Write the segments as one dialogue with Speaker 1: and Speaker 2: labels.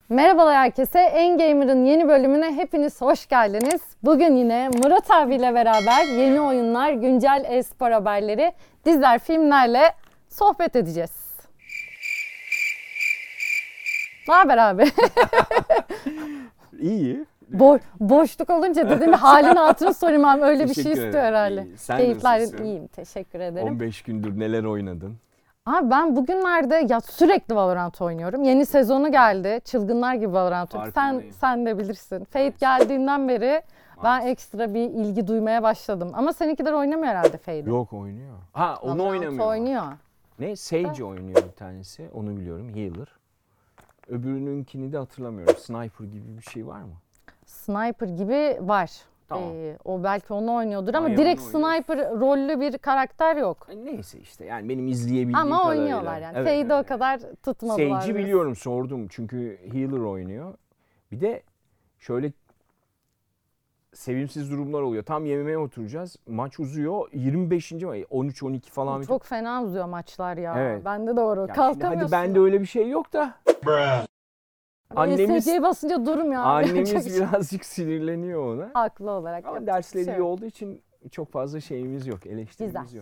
Speaker 1: Merhabalar herkese. Engamer'ın yeni bölümüne hepiniz hoş geldiniz. Bugün yine Murat abiyle beraber yeni oyunlar, güncel e-spor haberleri, diziler, filmlerle sohbet edeceğiz. Ne haber abi?
Speaker 2: İyi.
Speaker 1: Boşluk olunca dedim halini hatırını sorayım abi. Öyle bir şey istiyor herhalde.
Speaker 2: İyi. Sen
Speaker 1: Keyifler
Speaker 2: nasılsın?
Speaker 1: iyiyim. Teşekkür ederim.
Speaker 2: 15 gündür neler oynadın?
Speaker 1: Abi ben bugünlerde sürekli Valorant oynuyorum. Yeni sezonu geldi. Çılgınlar gibi Valorant oynuyorum. Sen de bilirsin. Fate geldiğinden beri ben ekstra bir ilgi duymaya başladım. Ama seninkiler oynamıyor herhalde Fate'i.
Speaker 2: Yok, oynuyor. Ha, onu
Speaker 1: Valorant
Speaker 2: oynamıyor.
Speaker 1: oynuyor.
Speaker 2: Ne? Sage oynuyor bir tanesi. Onu biliyorum. Healer. Öbürününkini de hatırlamıyorum. Sniper gibi bir şey var mı?
Speaker 1: Sniper gibi var.
Speaker 2: Tamam.
Speaker 1: O belki onu oynuyordur ama
Speaker 2: Aynen,
Speaker 1: direkt
Speaker 2: onu oynuyor.
Speaker 1: sniper rollü bir karakter yok.
Speaker 2: Neyse işte yani benim izleyebildiğim
Speaker 1: Ama
Speaker 2: kadarıyla.
Speaker 1: oynuyorlar yani.
Speaker 2: Evet,
Speaker 1: Fade'i
Speaker 2: evet.
Speaker 1: o kadar tutmadılar.
Speaker 2: Sage'i biliyorum, sordum çünkü Healer oynuyor. Bir de şöyle sevimsiz durumlar oluyor. Tam yemeğe oturacağız. Maç uzuyor. 25. mi? 13-12 falan.
Speaker 1: Çok fena uzuyor maçlar ya.
Speaker 2: Evet.
Speaker 1: Bende de var o.
Speaker 2: Ya
Speaker 1: Kalkamıyorsun.
Speaker 2: hadi bende öyle bir şey yok da. Annemiz
Speaker 1: SC'ye basınca durum ya.
Speaker 2: annemiz birazcık sinirleniyor ona.
Speaker 1: Haklı olarak.
Speaker 2: Ama
Speaker 1: yapacak bir
Speaker 2: dersleri
Speaker 1: şey
Speaker 2: iyi
Speaker 1: yok.
Speaker 2: olduğu için çok fazla şeyimiz yok, eleştirimiz
Speaker 1: Güzel.
Speaker 2: yok.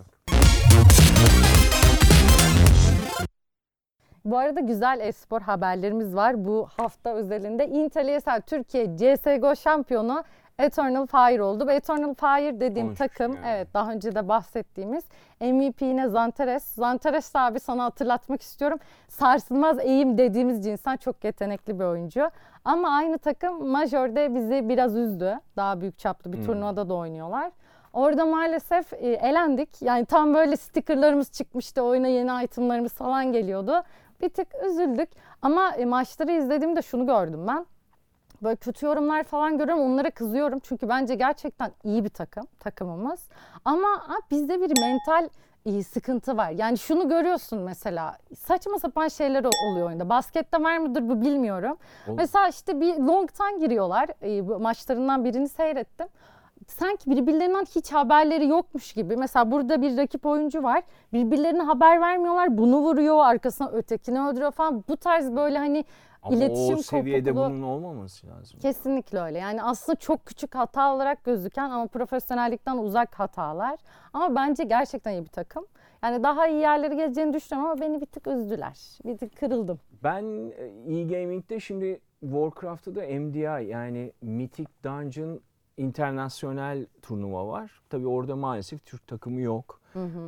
Speaker 1: Bu arada güzel e-spor haberlerimiz var. Bu hafta özelinde Intel ESL Türkiye CSGO şampiyonu Eternal Fire oldu. Ve Eternal Fire dediğim
Speaker 2: Konuşmuştuk
Speaker 1: takım,
Speaker 2: yani.
Speaker 1: evet daha önce de bahsettiğimiz MVP yine Zantares. Zantares abi sana hatırlatmak istiyorum. Sarsılmaz eğim dediğimiz cinsten çok yetenekli bir oyuncu. Ama aynı takım Major'da bizi biraz üzdü. Daha büyük çaplı bir turnuvada da oynuyorlar. Orada maalesef elendik. Yani tam böyle stickerlarımız çıkmıştı. Oyuna yeni itemlarımız falan geliyordu. Bir tık üzüldük. Ama maçları izlediğimde şunu gördüm ben. Böyle kötü yorumlar falan görüyorum. Onlara kızıyorum. Çünkü bence gerçekten iyi bir takımımız. Ama bizde bir mental sıkıntı var. Yani şunu görüyorsun mesela. Saçma sapan şeyler oluyor oyunda. Baskette var mıdır bu bilmiyorum. Mesela işte bir long'tan giriyorlar. Maçlarından birini seyrettim. Sanki birbirlerinden hiç haberleri yokmuş gibi. Mesela burada bir rakip oyuncu var. Birbirlerine haber vermiyorlar. Bunu vuruyor, arkasına ötekini öldürüyor falan. Bu tarz böyle hani
Speaker 2: Ama
Speaker 1: iletişim
Speaker 2: o seviyede
Speaker 1: kopukluğu.
Speaker 2: bunun olmaması lazım.
Speaker 1: Kesinlikle öyle. Yani aslında çok küçük hata olarak gözüken ama profesyonellikten uzak hatalar. Ama bence gerçekten iyi bir takım. Yani daha iyi yerlere geleceğini düşünüyorum ama beni bir tık üzdüler. Bir tık kırıldım.
Speaker 2: Ben e-gaming'de şimdi Warcraft'ta da MDI yani Mythic Dungeon internasyonel turnuva var. Tabii orada maalesef Türk takımı yok.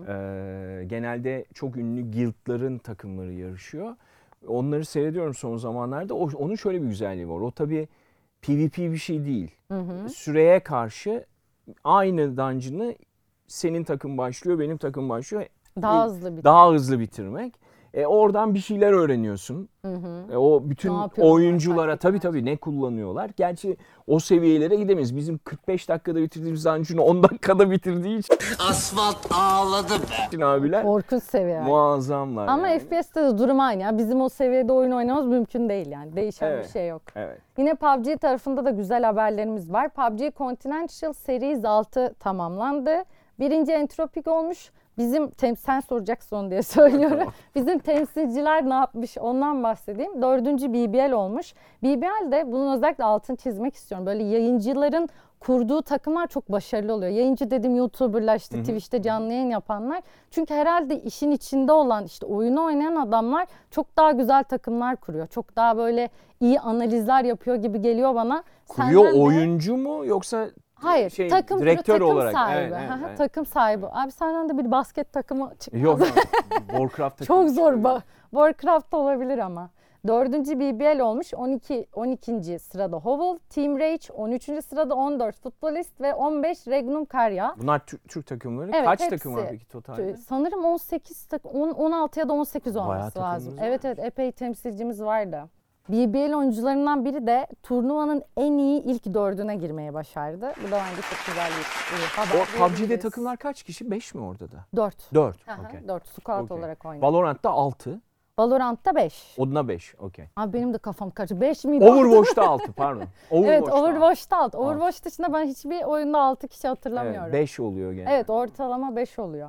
Speaker 2: Genelde çok ünlü guildların takımları yarışıyor. Onları seyrediyorum son zamanlarda. Onun şöyle bir güzelliği var. O tabii PvP bir şey değil. Süreye karşı aynı dungeon'ı senin takım başlıyor, benim takım başlıyor. Daha hızlı bitirmek. Oradan bir şeyler öğreniyorsun. O bütün oyunculara tabii ne kullanıyorlar. Gerçi o seviyelere gidemeyiz. Bizim 45 dakikada bitirdiğimiz dungeon'u 10 dakikada bitirdiği için
Speaker 3: Asfalt ağladı be.
Speaker 2: abiler
Speaker 1: Korkunç seviye.
Speaker 2: muazzamlar.
Speaker 1: Ama
Speaker 2: yani.
Speaker 1: FPS'te de durum aynı ya. Bizim o seviyede oyun oynamamız mümkün değil yani. Değişen bir şey yok.
Speaker 2: Evet.
Speaker 1: Yine PUBG tarafında da güzel haberlerimiz var. PUBG Continental Series 6 tamamlandı. Birinci Entropik olmuş. Bizim sen soracaksın onu diye söylüyorum. Bizim temsilciler ne yapmış ondan bahsedeyim. 4. BBL olmuş. BBL'de bunun özellikle altını çizmek istiyorum. Böyle yayıncıların kurduğu takımlar çok başarılı oluyor. Yayıncı dedim YouTuber'lar işte Twitch'te canlı yayın yapanlar. Çünkü herhalde işin içinde olan işte oyunu oynayan adamlar çok daha güzel takımlar kuruyor. Çok daha böyle iyi analizler yapıyor gibi geliyor bana.
Speaker 2: Kuruyor
Speaker 1: Senden de...
Speaker 2: oyuncu mu yoksa
Speaker 1: Hayır,
Speaker 2: direktör
Speaker 1: takım
Speaker 2: olarak
Speaker 1: sahibi.
Speaker 2: Evet.
Speaker 1: Takım sahibi. Abi senden de bir basket takımı çıkmaz.
Speaker 2: Yok. Warcraft
Speaker 1: Çok zor. Warcraft olabilir ama. 4. BBL olmuş. 12. sırada Hovel, Team Rage, 13. sırada 14 Futbolist ve 15 Regnum Karya.
Speaker 2: Bunlar Türk takımları.
Speaker 1: Evet,
Speaker 2: Kaç
Speaker 1: hepsi.
Speaker 2: takım var peki totalde?
Speaker 1: Sanırım 16 ya da 18 olması lazım.
Speaker 2: Bayağı
Speaker 1: Evet epey temsilcimiz vardı. BBL oyuncularından biri de turnuvanın en iyi ilk 4'üne girmeye başardı. Bu da bence çok güzel bir haber.
Speaker 2: O PUBG'de takımlar kaç kişi? 5 mi orada da?
Speaker 1: 4.
Speaker 2: 4.
Speaker 1: 4 squad olarak oynuyor.
Speaker 2: Valorant'ta 6.
Speaker 1: Valorant'ta 5.
Speaker 2: Oduna 5. Okey.
Speaker 1: Abi benim de kafam karıştı. 5 miydi?
Speaker 2: Overwatch'ta 6 pardon.
Speaker 1: Evet Overwatch'ta 6. Overwatch dışında ben hiçbir oyunda 6 kişi hatırlamıyorum.
Speaker 2: 5 oluyor genelde.
Speaker 1: Evet ortalama 5 oluyor.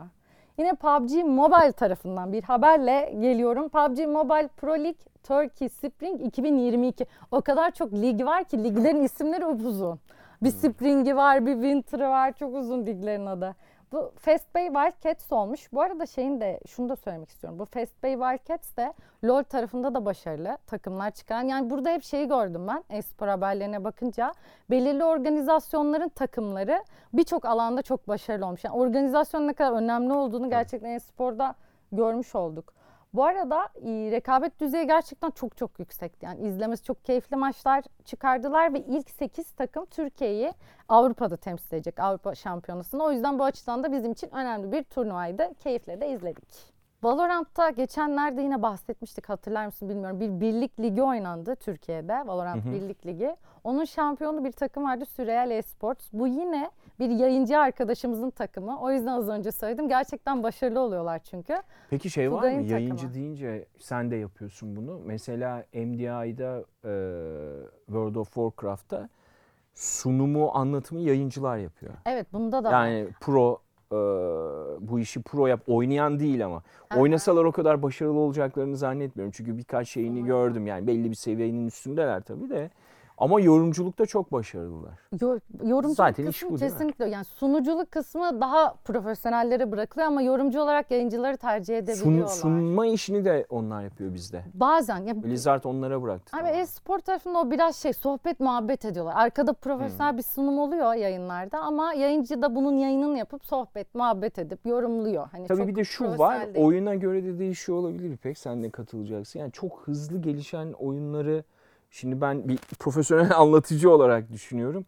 Speaker 1: Yine PUBG Mobile tarafından bir haberle geliyorum. PUBG Mobile Pro League Turkey Spring 2022. O kadar çok lig var ki liglerin isimleri upuzun. Bir Spring'i var, bir Winter'ı var. Çok uzun liglerin adı. Bu Fast Bay Wildcats olmuş. Bu arada şunu da söylemek istiyorum. Bu Fast Bay Wildcats de LoL tarafında da başarılı takımlar çıkaran. Yani burada hep şeyi gördüm ben e-spor haberlerine bakınca. Belirli organizasyonların takımları birçok alanda çok başarılı olmuş. Yani organizasyon ne kadar önemli olduğunu gerçekten e-sporda görmüş olduk. Bu arada rekabet düzeyi gerçekten çok çok yüksekti. Yani izlemesi çok keyifli maçlar çıkardılar ve ilk 8 takım Türkiye'yi Avrupa'da temsil edecek, Avrupa Şampiyonası'nda. O yüzden bu açıdan da bizim için önemli bir turnuvaydı. Keyifle de izledik. Valorant'ta geçenlerde yine bahsetmiştik, hatırlar mısın bilmiyorum. Bir birlik ligi oynandı Türkiye'de, Valorant Birlik Ligi. Onun şampiyonu bir takım vardı, Surreal Esports. Bu yine bir yayıncı arkadaşımızın takımı. O yüzden az önce söyledim. Gerçekten başarılı oluyorlar çünkü.
Speaker 2: Peki şey var mı?
Speaker 1: Tugay'ın
Speaker 2: Yayıncı
Speaker 1: takımı.
Speaker 2: deyince sen de yapıyorsun bunu. Mesela MDI'da World of Warcraft'ta sunumu, anlatımı yayıncılar yapıyor.
Speaker 1: Evet, bunda da var.
Speaker 2: Yani pro bu işi pro oynayan değil ama. Oynasalar o kadar başarılı olacaklarını zannetmiyorum. Çünkü birkaç şeyini gördüm. Yani belli bir seviyenin üstündeler tabii de. Ama yorumculukta çok başarılılar.
Speaker 1: Yorumculuk
Speaker 2: Zaten iş
Speaker 1: kısmı
Speaker 2: bu, değil mi?
Speaker 1: kesinlikle. Yani sunuculuk kısmı daha profesyonellere bırakılıyor ama yorumcu olarak yayıncıları tercih edebiliyorlar.
Speaker 2: Sunma işini de onlar yapıyor bizde.
Speaker 1: Bazen. Ya,
Speaker 2: Blizzard onlara bıraktı.
Speaker 1: abi e-spor tarafında o biraz sohbet muhabbet ediyorlar. Arkada profesyonel bir sunum oluyor yayınlarda ama yayıncı da bunun yayınını yapıp sohbet muhabbet edip yorumluyor. Hani
Speaker 2: Tabii
Speaker 1: çok
Speaker 2: bir de şu var,
Speaker 1: profesyonel değil.
Speaker 2: oyuna göre de değişiyor olabilir İpek, sen de katılacaksın. Yani çok hızlı gelişen oyunları, şimdi ben bir profesyonel anlatıcı olarak düşünüyorum.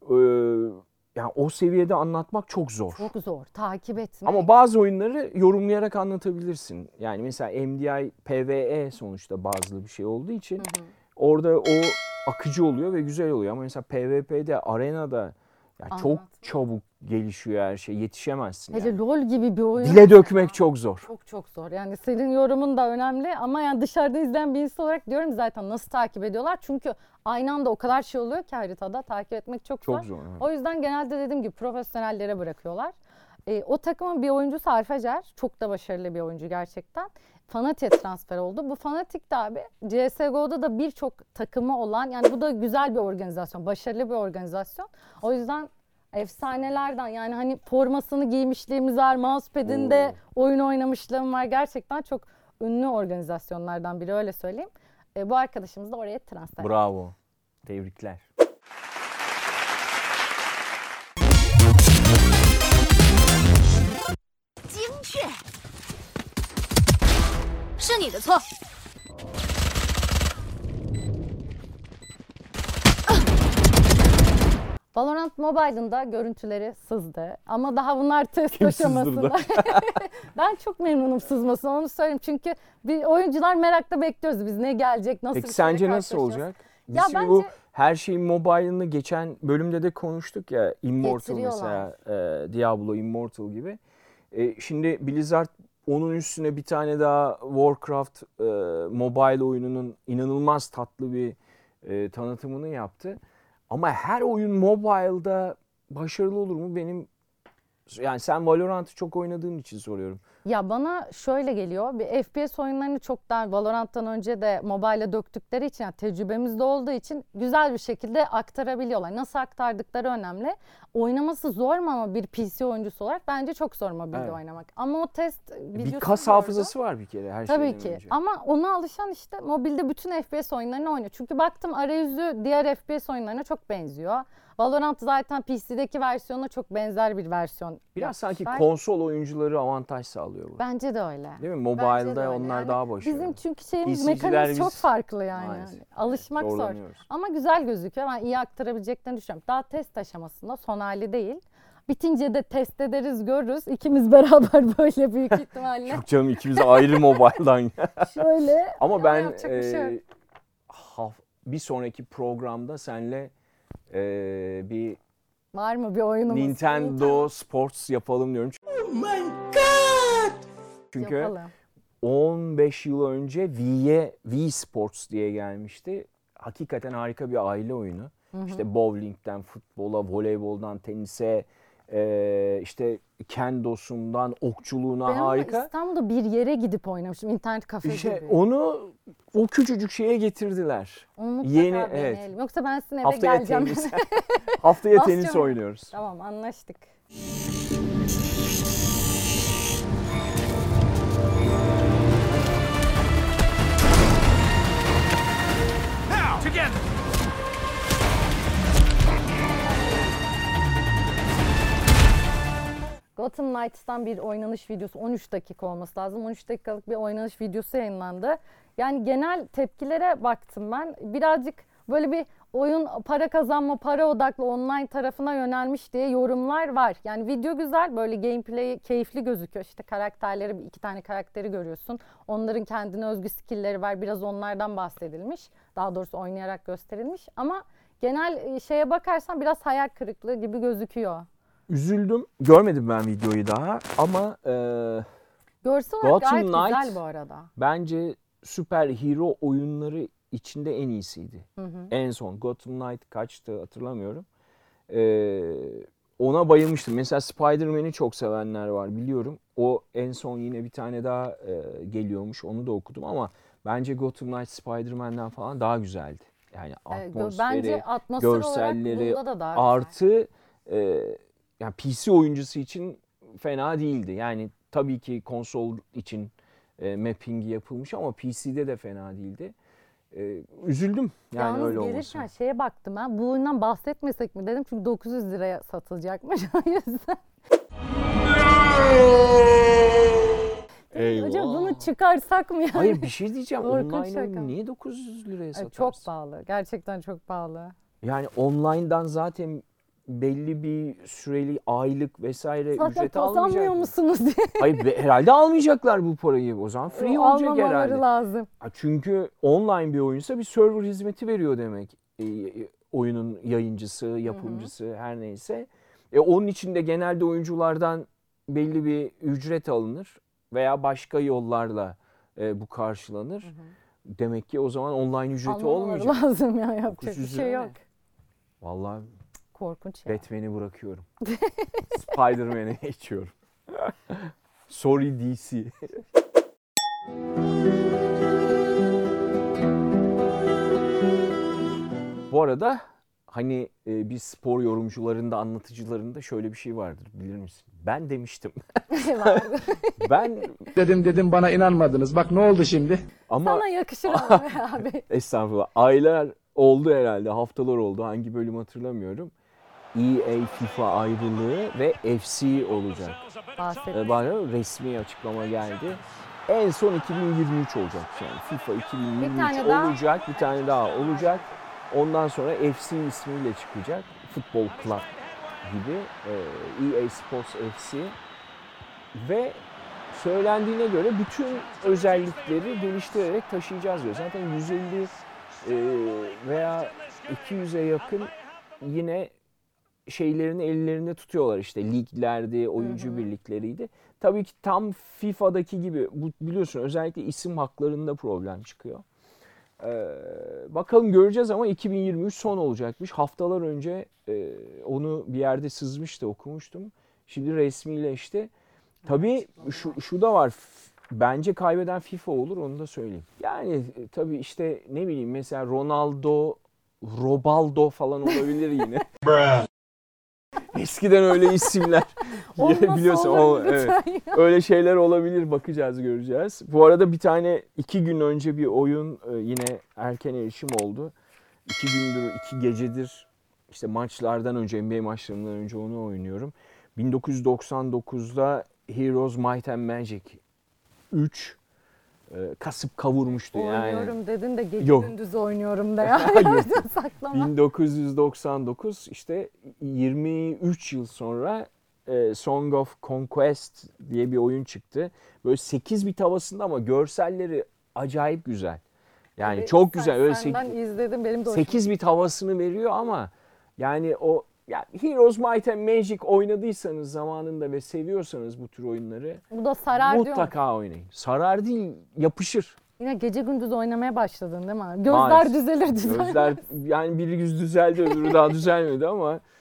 Speaker 2: Yani o seviyede anlatmak çok zor.
Speaker 1: Çok zor. Takip etmek.
Speaker 2: Ama bazı oyunları yorumlayarak anlatabilirsin. Yani mesela MDI, PvE sonuçta bazı bir şey olduğu için orada o akıcı oluyor ve güzel oluyor. Ama mesela PvP'de, arenada çok çabuk gelişiyor her şey. Yetişemezsin
Speaker 1: Hele
Speaker 2: yani.
Speaker 1: LoL gibi bir oyun.
Speaker 2: Dile dökmek çok zor.
Speaker 1: Çok çok zor. Yani senin yorumun da önemli ama yani dışarıda izleyen bir insan olarak diyorum zaten nasıl takip ediyorlar? Çünkü aynı anda o kadar şey oluyor ki haritada takip etmek çok zor.
Speaker 2: Çok zor. Evet.
Speaker 1: O yüzden genelde dediğim gibi profesyonellere bırakıyorlar. O takımın bir oyuncusu Alfacer. Çok da başarılı bir oyuncu gerçekten. Fnatic'e transfer oldu. Bu Fnatic de abi CSGO'da da birçok takımı olan, yani bu da güzel bir organizasyon. Başarılı bir organizasyon. O yüzden efsanelerden, yani hani formasını giymişliğimiz var, mousepad'inde oyun oynamışlığım var. Gerçekten çok ünlü organizasyonlardan biri, öyle söyleyeyim. Bu arkadaşımız da oraya transfer.
Speaker 2: Bravo. Tebrikler.
Speaker 4: 是你的错。
Speaker 1: Valorant Mobile'ın da görüntüleri sızdı. Ama daha bunlar test
Speaker 2: Kim
Speaker 1: aşamasında. Ben çok memnunum sızmasına, onu söyleyeyim. Çünkü bir oyuncular merakla bekliyoruz biz, ne gelecek, nasıl
Speaker 2: Peki
Speaker 1: bir şeyle
Speaker 2: sence nasıl
Speaker 1: karşılaşacağız?
Speaker 2: olacak? Biz
Speaker 1: Ya
Speaker 2: şimdi bu her şeyin mobile'ını geçen bölümde de konuştuk ya. Immortal mesela, Diablo Immortal gibi. Şimdi Blizzard onun üstüne bir tane daha Warcraft mobile oyununun inanılmaz tatlı bir tanıtımını yaptı. Ama her oyun mobile'da başarılı olur mu? Yani sen Valorant'ı çok oynadığın için soruyorum.
Speaker 1: Ya bana şöyle geliyor, bir FPS oyunlarını çok daha Valorant'tan önce de mobile'e döktükleri için, yani tecrübemiz de olduğu için güzel bir şekilde aktarabiliyorlar. Nasıl aktardıkları önemli. Oynaması zor mu ama bir PC oyuncusu olarak? Bence çok zor mobilde oynamak. Ama o test videosu
Speaker 2: Bir kas hafızası var bir kere her
Speaker 1: tabii
Speaker 2: şeyden
Speaker 1: ki.
Speaker 2: önce.
Speaker 1: Ama ona alışan işte mobilde bütün FPS oyunlarını oynuyor. Çünkü baktım arayüzü diğer FPS oyunlarına çok benziyor. Valorant zaten PC'deki versiyonuna çok benzer bir versiyon
Speaker 2: Biraz sanki
Speaker 1: yapmışlar.
Speaker 2: konsol oyuncuları avantaj sağlıyor bu.
Speaker 1: Bence de öyle.
Speaker 2: Değil mi?
Speaker 1: Bence de
Speaker 2: Mobile'da
Speaker 1: öyle.
Speaker 2: onlar
Speaker 1: Yani
Speaker 2: daha başarılı.
Speaker 1: bizim çünkü şeyimiz,
Speaker 2: PC'ciler
Speaker 1: mekanimiz çok
Speaker 2: biz
Speaker 1: farklı yani.
Speaker 2: maalesef
Speaker 1: Alışmak zor.
Speaker 2: zorlanıyoruz.
Speaker 1: Ama güzel gözüküyor. Ben iyi aktarabileceklerini düşünüyorum. Daha test aşamasında, son hali değil. Bitince de test ederiz, görürüz. İkimiz beraber böyle büyük ihtimalle.
Speaker 2: Yok canım, ikimiz ayrı mobile'dan.
Speaker 1: Şöyle.
Speaker 2: Ama ben
Speaker 1: yapacak bir şey yok.
Speaker 2: bir sonraki programda seninle bir
Speaker 1: Var mı bir oyunumuz?
Speaker 2: Nintendo Sports yapalım diyorum.
Speaker 3: Oh my god!
Speaker 2: Çünkü
Speaker 1: Yapalım.
Speaker 2: 15 yıl önce Wii Sports diye gelmişti. Hakikaten harika bir aile oyunu. İşte bowling'den futbola, voleyboldan tenise, işte kendosundan okçuluğuna
Speaker 1: Ben ama
Speaker 2: harika.
Speaker 1: İstanbul'da bir yere gidip oynamıştım. İnternet kafe
Speaker 2: İşte
Speaker 1: gibi.
Speaker 2: onu o küçücük şeye getirdiler.
Speaker 1: Onu mutlaka
Speaker 2: Yeni,
Speaker 1: deneyelim.
Speaker 2: evet.
Speaker 1: Yoksa ben sizin eve
Speaker 2: Haftaya
Speaker 1: geleceğim.
Speaker 2: tenis. Haftaya
Speaker 1: Basacağım.
Speaker 2: tenis oynuyoruz.
Speaker 1: Tamam, anlaştık.
Speaker 3: Now, together.
Speaker 1: Gotham Knights'tan bir oynanış videosu, 13 dakika olması lazım. 13 dakikalık bir oynanış videosu yayınlandı. Yani genel tepkilere baktım ben. Birazcık böyle bir oyun para kazanma, para odaklı online tarafına yönelmiş diye yorumlar var. Yani video güzel, böyle gameplay'i keyifli gözüküyor. İşte karakterleri, 2 tane karakteri görüyorsun. Onların kendine özgü skill'leri var. Biraz onlardan bahsedilmiş. Daha doğrusu oynayarak gösterilmiş. Ama genel şeye bakarsan biraz hayal kırıklığı gibi gözüküyor.
Speaker 2: Üzüldüm. Görmedim ben videoyu daha ama
Speaker 1: Görsel olarak
Speaker 2: Gotham
Speaker 1: gayet
Speaker 2: Knights
Speaker 1: güzel bu arada.
Speaker 2: bence süper hero oyunları içinde en iyisiydi. En son Gotham Knight kaçtı hatırlamıyorum. Ona bayılmıştım. Mesela Spider-Man'i çok sevenler var biliyorum. O en son yine bir tane daha geliyormuş. Onu da okudum ama bence Gotham Knight Spider-Man'den falan daha güzeldi. Yani atmosferi,
Speaker 1: Bence atmosfer olarak
Speaker 2: görselleri
Speaker 1: bunda da daha güzel.
Speaker 2: artı yani PC oyuncusu için fena değildi. Yani tabii ki konsol için mappingi yapılmış ama PC'de de fena değildi. Üzüldüm yani
Speaker 1: Yalnız
Speaker 2: öyle
Speaker 1: gelirken
Speaker 2: olması.
Speaker 1: şeye baktım ben. Bu oyundan bahsetmesek mi dedim. Çünkü 900 liraya satılacakmış o yüzden.
Speaker 2: Eyvah.
Speaker 1: Hocam bunu çıkarsak mı yani?
Speaker 2: Hayır bir şey diyeceğim.
Speaker 1: Korkunç
Speaker 2: Online
Speaker 1: şaka.
Speaker 2: oyunu niye 900 liraya
Speaker 1: Ay,
Speaker 2: satarsın?
Speaker 1: çok pahalı. Gerçekten çok pahalı.
Speaker 2: Yani online'dan zaten belli bir süreli aylık vesaire
Speaker 1: Zaten
Speaker 2: ücret almayacak
Speaker 1: kazanmıyor
Speaker 2: mı?
Speaker 1: musunuz diye.
Speaker 2: Hayır herhalde almayacaklar bu parayı. O zaman free olacak
Speaker 1: Almamaları
Speaker 2: herhalde.
Speaker 1: lazım.
Speaker 2: Çünkü online bir oyunsa bir server hizmeti veriyor demek. Oyunun yayıncısı, yapımcısı her neyse. Onun için de genelde oyunculardan belli bir ücret alınır veya başka yollarla bu karşılanır. Demek ki o zaman online ücreti
Speaker 1: Almamaları
Speaker 2: olmayacak.
Speaker 1: lazım ya, yapacak bir
Speaker 2: 900
Speaker 1: şey
Speaker 2: lira
Speaker 1: yok.
Speaker 2: ne? Vallahi
Speaker 1: Korkunç ya.
Speaker 2: Batman'i bırakıyorum. Spider-Man'e geçiyorum. Sorry DC. Bu arada hani biz spor yorumcularında, anlatıcılarında şöyle bir şey vardır bilir misin? Ben demiştim.
Speaker 1: Vardı.
Speaker 2: Ben
Speaker 3: Dedim bana inanmadınız. Bak ne oldu şimdi?
Speaker 2: ama
Speaker 1: Sana yakışır ama be abi.
Speaker 2: estağfurullah aylar oldu herhalde, haftalar oldu. Hangi bölüm hatırlamıyorum. EA FIFA ayrılığı ve FC olacak.
Speaker 1: Bahsettim.
Speaker 2: Bana resmi açıklama geldi. En son 2023 olacak yani. FIFA 2023
Speaker 1: Bir tane daha.
Speaker 2: olacak, bir tane daha olacak. Ondan sonra FC ismiyle çıkacak. Futbol Club gibi. EA Sports FC. Ve söylendiğine göre bütün özellikleri geliştirerek taşıyacağız diyor. Zaten 150 veya 200'e yakın yine şeylerini ellerinde tutuyorlar, işte liglerdi, oyuncu birlikleriydi. Tabii ki tam FIFA'daki gibi bu biliyorsun özellikle isim haklarında problem çıkıyor. Bakalım göreceğiz ama 2023 son olacakmış. Haftalar önce onu bir yerde sızmıştı, okumuştum. Şimdi resmileşti. Tabii şu da var. Bence kaybeden FIFA olur, onu da söyleyeyim. Yani tabii işte ne bileyim mesela Ronaldo, Robaldo falan olabilir yine. Eskiden öyle isimler
Speaker 1: Olmasa
Speaker 2: biliyorsun
Speaker 1: olur
Speaker 2: evet.
Speaker 1: lütfen ya.
Speaker 2: Öyle şeyler olabilir, bakacağız, göreceğiz. Bu arada bir tane 2 gün önce bir oyun yine erken erişim oldu. 2 gündür, 2 gecedir işte maçlardan önce, NBA maçlarından önce onu oynuyorum. 1999'da Heroes Might and Magic 3 kasıp kavurmuştu yani.
Speaker 1: Oynuyorum dedin de gece
Speaker 2: Yok.
Speaker 1: gündüz oynuyorum da ya.
Speaker 2: Hayır.
Speaker 1: Saklama.
Speaker 2: 1999 işte 23 yıl sonra Song of Conquest diye bir oyun çıktı. Böyle 8 bit havasında ama görselleri acayip güzel. Yani çok güzel. Öyle
Speaker 1: Senden izledim, benim de hoşuma
Speaker 2: 8 bit havasını veriyor ama yani o ya Heroes Might and Magic oynadıysanız zamanında ve seviyorsanız bu tür oyunları
Speaker 1: Bu da sarar diyor.
Speaker 2: mutlaka oynayın. Sarar değil, yapışır.
Speaker 1: Yine gece gündüz oynamaya başladın değil mi? Gözler
Speaker 2: Maalesef.
Speaker 1: düzelir düzelmez.
Speaker 2: Gözler yani biri yüz düzeldi öbürü daha düzelmedi ama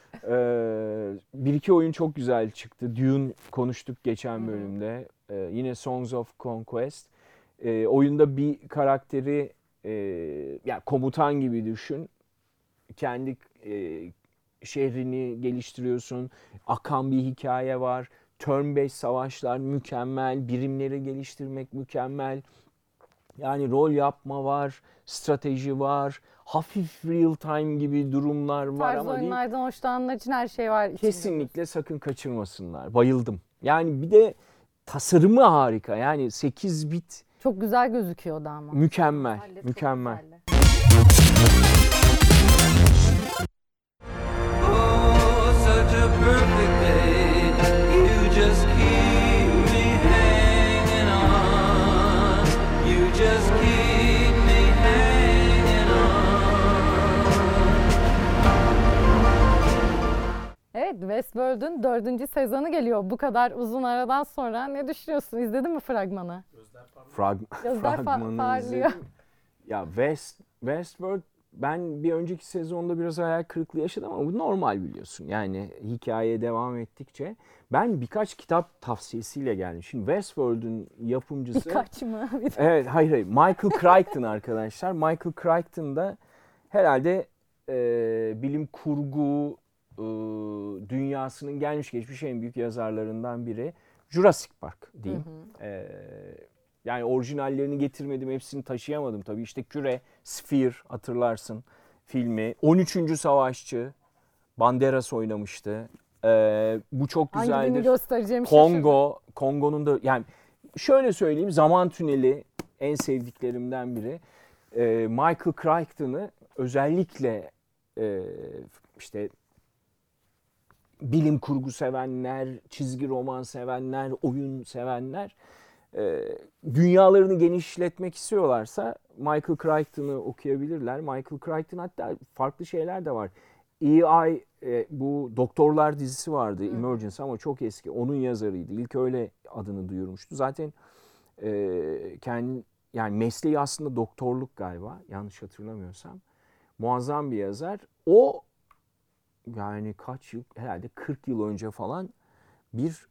Speaker 2: Bir iki oyun çok güzel çıktı. Dune konuştuk geçen bölümde. Yine Songs of Conquest. Oyunda bir karakteri yani komutan gibi düşün. Kendi şehrini geliştiriyorsun. Akan bir hikaye var. Turn-based savaşlar mükemmel. Birimleri geliştirmek mükemmel. Yani rol yapma var, strateji var, hafif real time gibi durumlar var
Speaker 1: Tarz
Speaker 2: ama değil.
Speaker 1: oyunlardan hoşlananlar için her şey var. içinde.
Speaker 2: Kesinlikle sakın kaçırmasınlar. Bayıldım. Yani bir de tasarımı harika. Yani 8 bit
Speaker 1: Çok güzel gözüküyor da ama.
Speaker 2: mükemmel,
Speaker 1: Güzel, çok
Speaker 2: mükemmel.
Speaker 1: güzel.
Speaker 5: Oh, such a perfect day. You just keep me hanging on. You just keep me hanging on.
Speaker 1: Evet, Westworld'un 4. sezonu geliyor. Bu kadar uzun aradan sonra ne düşünüyorsun? İzledin mi fragmanı? Gözler
Speaker 2: Fragmanı
Speaker 1: parlıyor.
Speaker 2: izledim. Ya Westworld ben bir önceki sezonda biraz hayal kırıklığı yaşadım ama bu normal biliyorsun. Yani hikaye devam ettikçe. Ben birkaç kitap tavsiyesiyle geldim. Şimdi Westworld'un yapımcısı...
Speaker 1: Birkaç mı?
Speaker 2: Evet, hayır. Michael Crichton arkadaşlar. Michael Crichton da herhalde bilim kurgu dünyasının gelmiş geçmiş en büyük yazarlarından biri. Jurassic Park diyeyim. Yani orijinallerini getirmedim, hepsini taşıyamadım tabii. İşte Küre, Sphere hatırlarsın filmi. 13. Savaşçı, Banderas oynamıştı. Bu çok
Speaker 1: Hangi birini
Speaker 2: güzeldir.
Speaker 1: göstereceğimi şaşırdım.
Speaker 2: Kongo'nun da yani şöyle söyleyeyim, Zaman Tüneli en sevdiklerimden biri. Michael Crichton'ı özellikle işte bilim kurgu sevenler, çizgi roman sevenler, oyun sevenler dünyalarını genişletmek istiyorlarsa Michael Crichton'ı okuyabilirler. Michael Crichton hatta farklı şeyler de var. EI bu Doktorlar dizisi vardı, Emergence ama çok eski. Onun yazarıydı. İlk öyle adını duyurmuştu. Zaten yani mesleği aslında doktorluk galiba, yanlış hatırlamıyorsam. Muazzam bir yazar. O yani kaç yıl, herhalde 40 yıl önce falan bir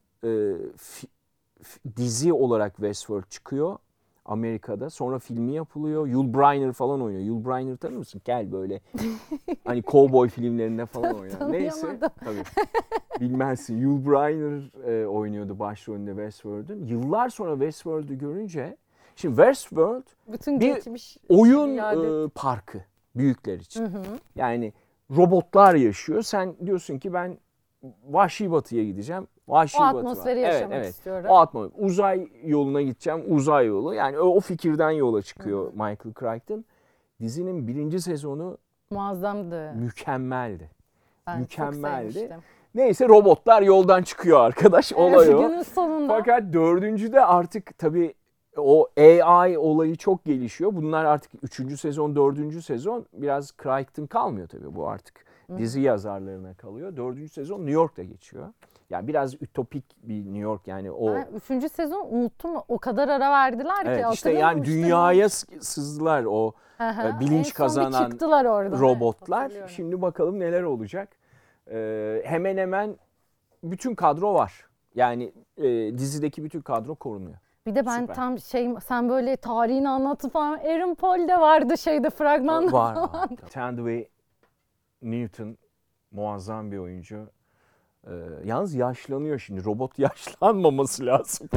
Speaker 2: dizi olarak Westworld çıkıyor Amerika'da. Sonra filmi yapılıyor. Yul Brynner falan oynuyor. Yul Brynner tanır mısın? Kel böyle. Hani cowboy filmlerinde falan oynuyor. Neyse. Tabii. Bilmezsin. Yul Brynner oynuyordu başrolünde Westworld'un. Yıllar sonra Westworld'u görünce, şimdi Westworld
Speaker 1: Bütün
Speaker 2: bir
Speaker 1: geçmiş
Speaker 2: oyun parkı büyükler için. Yani robotlar yaşıyor. Sen diyorsun ki ben Vahşi Batı'ya gideceğim. Vahşi
Speaker 1: o
Speaker 2: Batı var.
Speaker 1: atmosferi yaşamak istiyorum.
Speaker 2: O atmosfer. Uzay yoluna gideceğim. Uzay yolu. Yani o fikirden yola çıkıyor Michael Crichton. Dizinin 1. sezonu
Speaker 1: Muazzamdı.
Speaker 2: Mükemmeldi.
Speaker 1: Ben
Speaker 2: Mükemmeldi.
Speaker 1: çok sevmiştim.
Speaker 2: Neyse robotlar yoldan çıkıyor arkadaş. Olay o.
Speaker 1: Günün sonunda.
Speaker 2: Fakat 4.'de artık tabii o AI olayı çok gelişiyor. Bunlar artık 3. sezon, 4. sezon biraz Crichton kalmıyor tabii. Bu artık dizi yazarlarına kalıyor. 4. sezon New York'ta geçiyor. Yani biraz ütopik bir New York yani o.
Speaker 1: Ben 3. sezon unuttum. O kadar ara verdiler ki
Speaker 2: Evet, işte yani
Speaker 1: hatırlamamıştım.
Speaker 2: dünyaya sızdılar o
Speaker 1: En
Speaker 2: bilinç
Speaker 1: son bir
Speaker 2: kazanan
Speaker 1: çıktılar oradan.
Speaker 2: robotlar.
Speaker 1: Evet, hatırlıyorum.
Speaker 2: Şimdi bakalım neler olacak. Hemen hemen bütün kadro var. Yani dizideki bütün kadro korunuyor.
Speaker 1: Bir de ben
Speaker 2: Süper.
Speaker 1: tam sen böyle tarihini anlatıp falan Aaron Paul de vardı fragmanda
Speaker 2: Var.
Speaker 1: falan.
Speaker 2: Tandy Newton muazzam bir oyuncu. Yalnız yaşlanıyor şimdi. Robot yaşlanmaması lazım.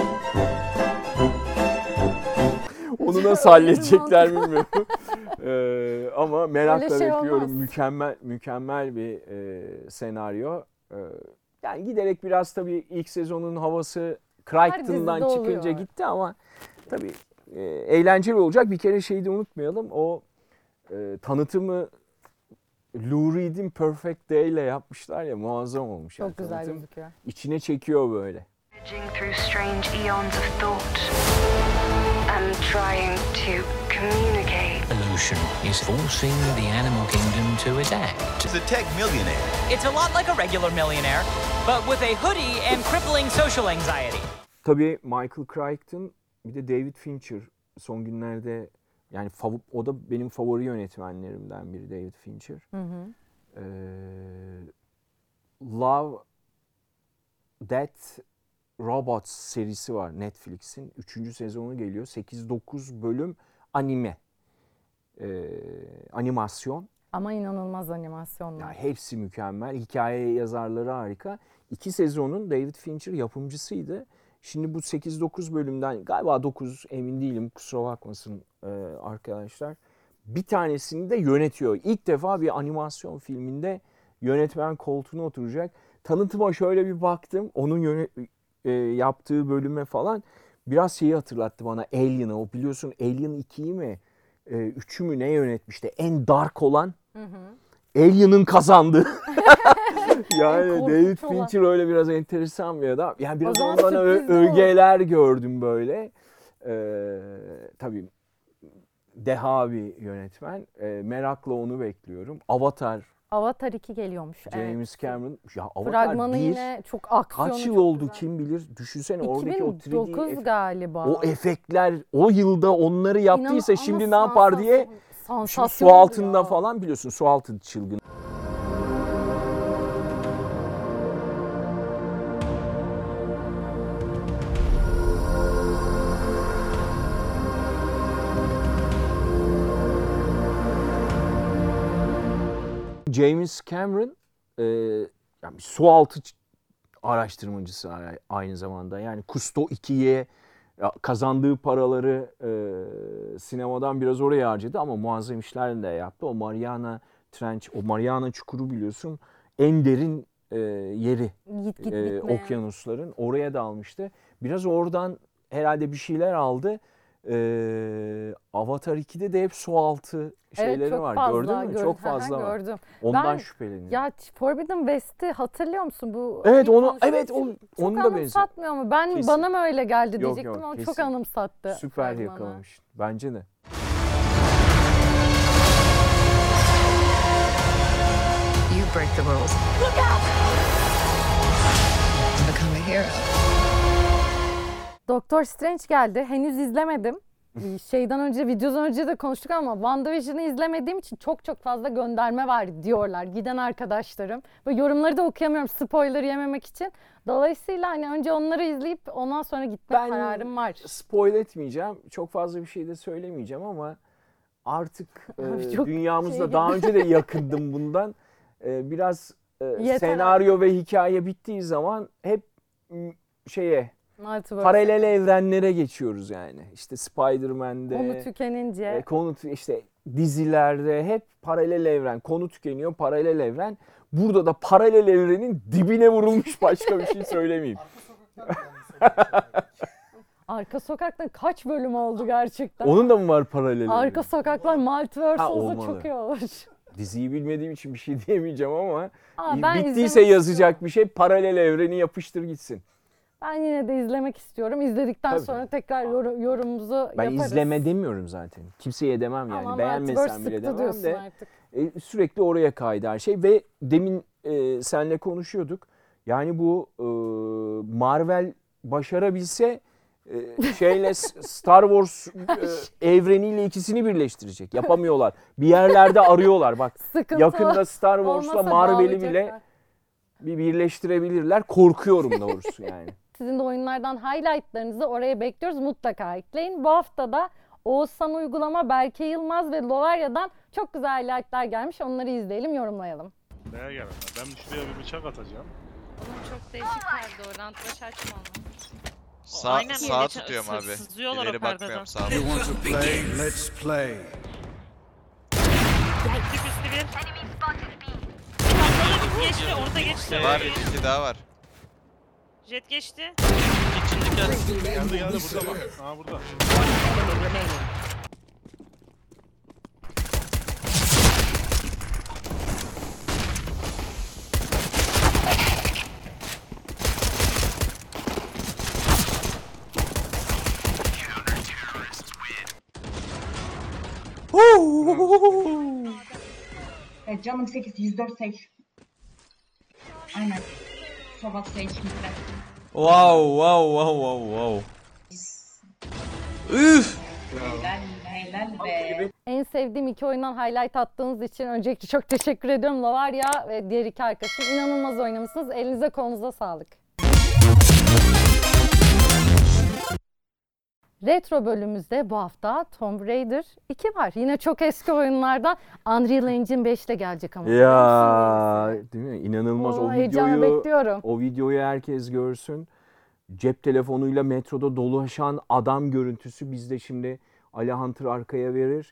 Speaker 2: Onu nasıl halledecekler bilmiyorum. Ama merakla
Speaker 1: Öyle şey
Speaker 2: bekliyorum.
Speaker 1: olmaz.
Speaker 2: Mükemmel bir senaryo. Yani giderek biraz tabii ilk sezonun havası Crichton'dan
Speaker 1: dizide
Speaker 2: çıkınca
Speaker 1: oluyor.
Speaker 2: gitti ama tabii eğlenceli olacak. Bir kere şeyi de unutmayalım. O tanıtımı Lou Reed'in Perfect Day ile yapmışlar ya, muazzam olmuş. Yani
Speaker 1: Çok güzel
Speaker 2: tanıtım
Speaker 1: gözüküyor.
Speaker 2: İçine çekiyor böyle.
Speaker 6: Through strange eons of thought and trying to communicate.
Speaker 7: Evolution is forcing the animal kingdom to adapt.
Speaker 8: He's a tech millionaire.
Speaker 9: It's a lot like a regular millionaire, but with a hoodie and crippling social anxiety.
Speaker 2: Tabii Michael Crichton, bir de David Fincher son günlerde, yani o da benim favori yönetmenlerimden biri David Fincher. Love, Death, Robots serisi var Netflix'in. 3. sezonu geliyor. 8-9 bölüm anime. Animasyon.
Speaker 1: Ama inanılmaz animasyonlar.
Speaker 2: Ya hepsi mükemmel. Hikaye yazarları harika. 2 sezonun David Fincher yapımcısıydı. Şimdi bu 8-9 bölümden galiba 9 emin değilim, kusura bakmasın arkadaşlar. Bir tanesini de yönetiyor. İlk defa bir animasyon filminde yönetmen koltuğuna oturacak. Tanıtıma şöyle bir baktım. Onun yaptığı bölüme falan biraz şeyi hatırlattı bana, Alien'ı. O biliyorsun Alien 2'yi mi 3'ü mü ne yönetmişti? En dark olan Alien'ın kazandığı. Yani David Fincher öyle biraz enteresan bir adam. Yani biraz ondan ögeler gördüm böyle. Tabii deha bir yönetmen. Merakla onu bekliyorum.
Speaker 1: Avatar 2 geliyormuş.
Speaker 2: James Cameron. Ya Avatar
Speaker 1: Fragmanı
Speaker 2: 1
Speaker 1: yine çok aksiyonu.
Speaker 2: kaç yıl
Speaker 1: çok
Speaker 2: oldu
Speaker 1: güzel.
Speaker 2: kim bilir. Düşünsene oradaki o
Speaker 1: 2009 galiba.
Speaker 2: o efektler o yılda onları yaptıysa
Speaker 1: İnan,
Speaker 2: şimdi
Speaker 1: ama
Speaker 2: ne yapar diye şu
Speaker 1: sansasyon
Speaker 2: su altında
Speaker 1: ya.
Speaker 2: falan biliyorsun, su altı çılgın. James Cameron yani bir su altı araştırmacısı aynı zamanda. Yani Kusto 2'ye kazandığı paraları sinemadan biraz oraya harcadı ama muazzam işler de yaptı. O Mariana Trench, o Mariana Çukuru biliyorsun en derin yeri okyanusların. Oraya da almıştı. Biraz oradan herhalde bir şeyler aldı. Avatar 2'de de hep su altı şeyleri var.
Speaker 1: Fazla,
Speaker 2: gördün mü? Çok fazla var.
Speaker 1: Gördüm.
Speaker 2: Ondan şüpheleniyorum.
Speaker 1: Ya Forbidden West'i hatırlıyor musun bu?
Speaker 2: Evet onu
Speaker 1: çok
Speaker 2: onu da benziyor.
Speaker 1: anımsatmıyor mu? Bana mı öyle geldi diyecektim ama
Speaker 2: kesin.
Speaker 1: çok anımsattı.
Speaker 2: Süper
Speaker 1: fragmanı.
Speaker 2: yakalamış. Bence de.
Speaker 8: You break the rules. Look out! Become a hero.
Speaker 1: Doctor Strange geldi. Henüz izlemedim. Videodan önce de konuştuk ama WandaVision'ı izlemediğim için çok fazla gönderme var diyorlar giden arkadaşlarım. Ve yorumları da okuyamıyorum spoiler yememek için. Dolayısıyla hani önce onları izleyip ondan sonra gitme kararım var.
Speaker 2: Spoil etmeyeceğim. Çok fazla bir şey de söylemeyeceğim ama artık dünyamızda daha önce de yakındım bundan. Biraz senaryo ve hikaye bittiği zaman hep paralel evrenlere geçiyoruz yani. İşte Spider-Man'de
Speaker 1: konu tükenince
Speaker 2: işte dizilerde hep paralel evren, konu tükeniyor, paralel evren. Burada da paralel evrenin dibine vurulmuş, başka bir şey söylemeyeyim.
Speaker 1: Arka Sokak'ta kaç bölüm oldu gerçekten?
Speaker 2: Onun da mı var paralel evren?
Speaker 1: Arka Sokaklar Multiverse olsa çok iyi olur.
Speaker 2: Diziyi bilmediğim için bir şey diyemeyeceğim ama
Speaker 1: ben
Speaker 2: bittiyse yazacak bir şey, paralel evreni yapıştır gitsin.
Speaker 1: Ben yine de izlemek istiyorum. İzledikten sonra tekrar yorumumuzu yaparız.
Speaker 2: Ben izleme demiyorum zaten. Kimseye demem yani.
Speaker 1: Ama
Speaker 2: beğenmesem bile demem de.
Speaker 1: Artık.
Speaker 2: Sürekli oraya kaydı her şey ve demin seninle konuşuyorduk. Yani bu Marvel başarabilse Star Wars evreniyle ikisini birleştirecek. Yapamıyorlar. Bir yerlerde arıyorlar. Bak
Speaker 1: Sıkıntı
Speaker 2: yakında Star Wars'la Marvel'i bile bir birleştirebilirler. Korkuyorum doğrusu yani.
Speaker 1: Sizin de oyunlardan highlightlarınızı oraya bekliyoruz. Mutlaka ekleyin. Bu hafta da Oğuzhan Uygulama, Berke Yılmaz ve Lovarya'dan çok güzel highlightlar gelmiş. Onları izleyelim, yorumlayalım.
Speaker 10: Neye gelmez? Ben şuraya bir bıçak atacağım.
Speaker 11: Onun çok değişik tarzı o. Rantlaş açma onu.
Speaker 12: Sağ tutuyorum abi. İleri bakmıyorum sağa.
Speaker 3: You want to play? Let's play.
Speaker 11: Üstü bir. Geçti, orada geçti.
Speaker 12: Var, iki daha var.
Speaker 11: Jet geçti.
Speaker 10: Geldi burada bak. Aa burada.
Speaker 13: Canım 8, 104 sage. Aynen. Sobak sage midde.
Speaker 12: Wow. Üf!
Speaker 13: Helal be.
Speaker 1: En sevdiğim 2 oyundan highlight attığınız için öncelikle çok teşekkür ediyorum. Lavarya ve diğer 2 arkadaşım inanılmaz oynamışsınız. Elinize kolunuza sağlık. Retro bölümümüzde bu hafta Tomb Raider 2 var. Yine çok eski oyunlardan Unreal Engine 5 ile gelecek ama.
Speaker 2: Ya değil mi? İnanılmaz o
Speaker 1: heyecanla bekliyorum.
Speaker 2: O videoyu herkes görsün. Cep telefonuyla metroda dolaşan adam görüntüsü bizde şimdi Ali Hunter arkaya verir.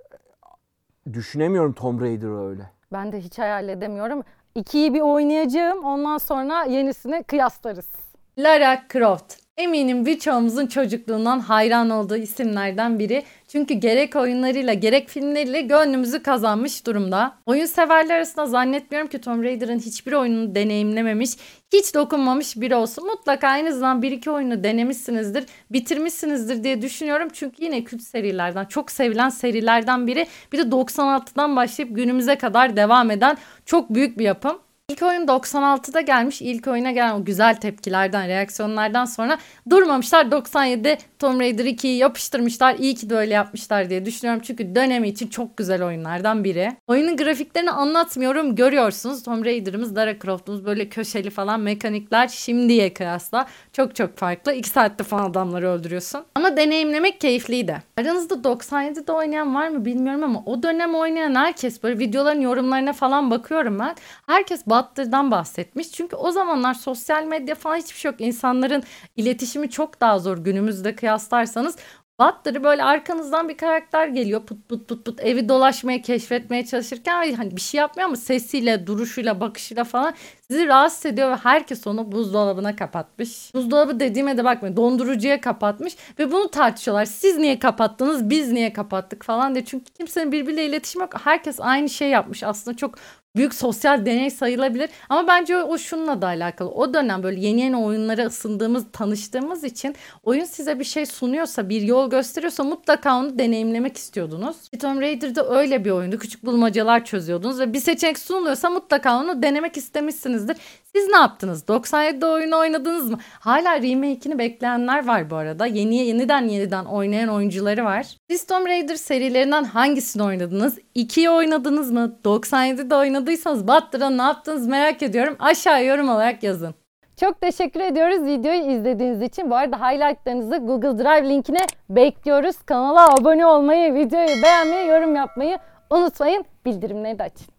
Speaker 2: Düşünemiyorum Tomb Raider'ı öyle.
Speaker 1: Ben de hiç hayal edemiyorum. 2'yi bir oynayacağım. Ondan sonra yenisini kıyaslarız. Lara Croft. Eminim birçoğumuzun çocukluğundan hayran olduğu isimlerden biri. Çünkü gerek oyunlarıyla gerek filmleriyle gönlümüzü kazanmış durumda. Oyun severler arasında zannetmiyorum ki Tomb Raider'ın hiçbir oyununu deneyimlememiş, hiç dokunmamış biri olsun. Mutlaka en azından 1-2 oyunu denemişsinizdir, bitirmişsinizdir diye düşünüyorum. Çünkü yine kült serilerden, çok sevilen serilerden biri. Bir de 96'dan başlayıp günümüze kadar devam eden çok büyük bir yapım. İlk oyun 96'da gelmiş. İlk oyuna gelen o güzel tepkilerden, reaksiyonlardan sonra durmamışlar. 97'de Tomb Raider 2'yi yapıştırmışlar. İyi ki de öyle yapmışlar diye düşünüyorum. Çünkü dönemi için çok güzel oyunlardan biri. Oyunun grafiklerini anlatmıyorum. Görüyorsunuz Tomb Raider'ımız, Lara Croft'umuz böyle köşeli falan mekanikler şimdiye kıyasla çok çok farklı. 2 saatte falan adamları öldürüyorsun. Ama deneyimlemek keyifliydi. Aranızda 97'de oynayan var mı bilmiyorum ama o dönem oynayan herkes, böyle videoların yorumlarına falan bakıyorum ben. Herkes Butter'dan bahsetmiş. Çünkü o zamanlar sosyal medya falan hiçbir şey yok. İnsanların iletişimi çok daha zor günümüzde kıyaslarsanız. Butter'ı böyle arkanızdan bir karakter geliyor. Put put put put evi dolaşmaya, keşfetmeye çalışırken hani bir şey yapmıyor ama sesiyle, duruşuyla, bakışıyla falan sizi rahatsız ediyor ve herkes onu buzdolabına kapatmış. Buzdolabı dediğime de bakmayın, dondurucuya kapatmış ve bunu tartışıyorlar. Siz niye kapattınız, biz niye kapattık falan diye. Çünkü kimsenin birbiriyle iletişimi yok. Herkes aynı şey yapmış. Aslında çok büyük sosyal deney sayılabilir. Ama bence o şununla da alakalı. O dönem böyle yeni yeni oyunlara ısındığımız, tanıştığımız için oyun size bir şey sunuyorsa, bir yol gösteriyorsa mutlaka onu deneyimlemek istiyordunuz. Tomb Raider'da öyle bir oyundu. Küçük bulmacalar çözüyordunuz ve bir seçenek sunuluyorsa mutlaka onu denemek istemişsinizdir. Siz ne yaptınız? 97'de oyunu oynadınız mı? Hala remake'ini bekleyenler var bu arada. Yeniden oynayan oyuncuları var. Siz Tomb Raider serilerinden hangisini oynadınız? 2'yi oynadınız mı? 97'de oynadıysanız Butter'a ne yaptınız merak ediyorum. Aşağı yorum olarak yazın. Çok teşekkür ediyoruz videoyu izlediğiniz için. Bu arada highlightlarınızı Google Drive linkine bekliyoruz. Kanala abone olmayı, videoyu beğenmeyi, yorum yapmayı unutmayın. Bildirimleri de açın.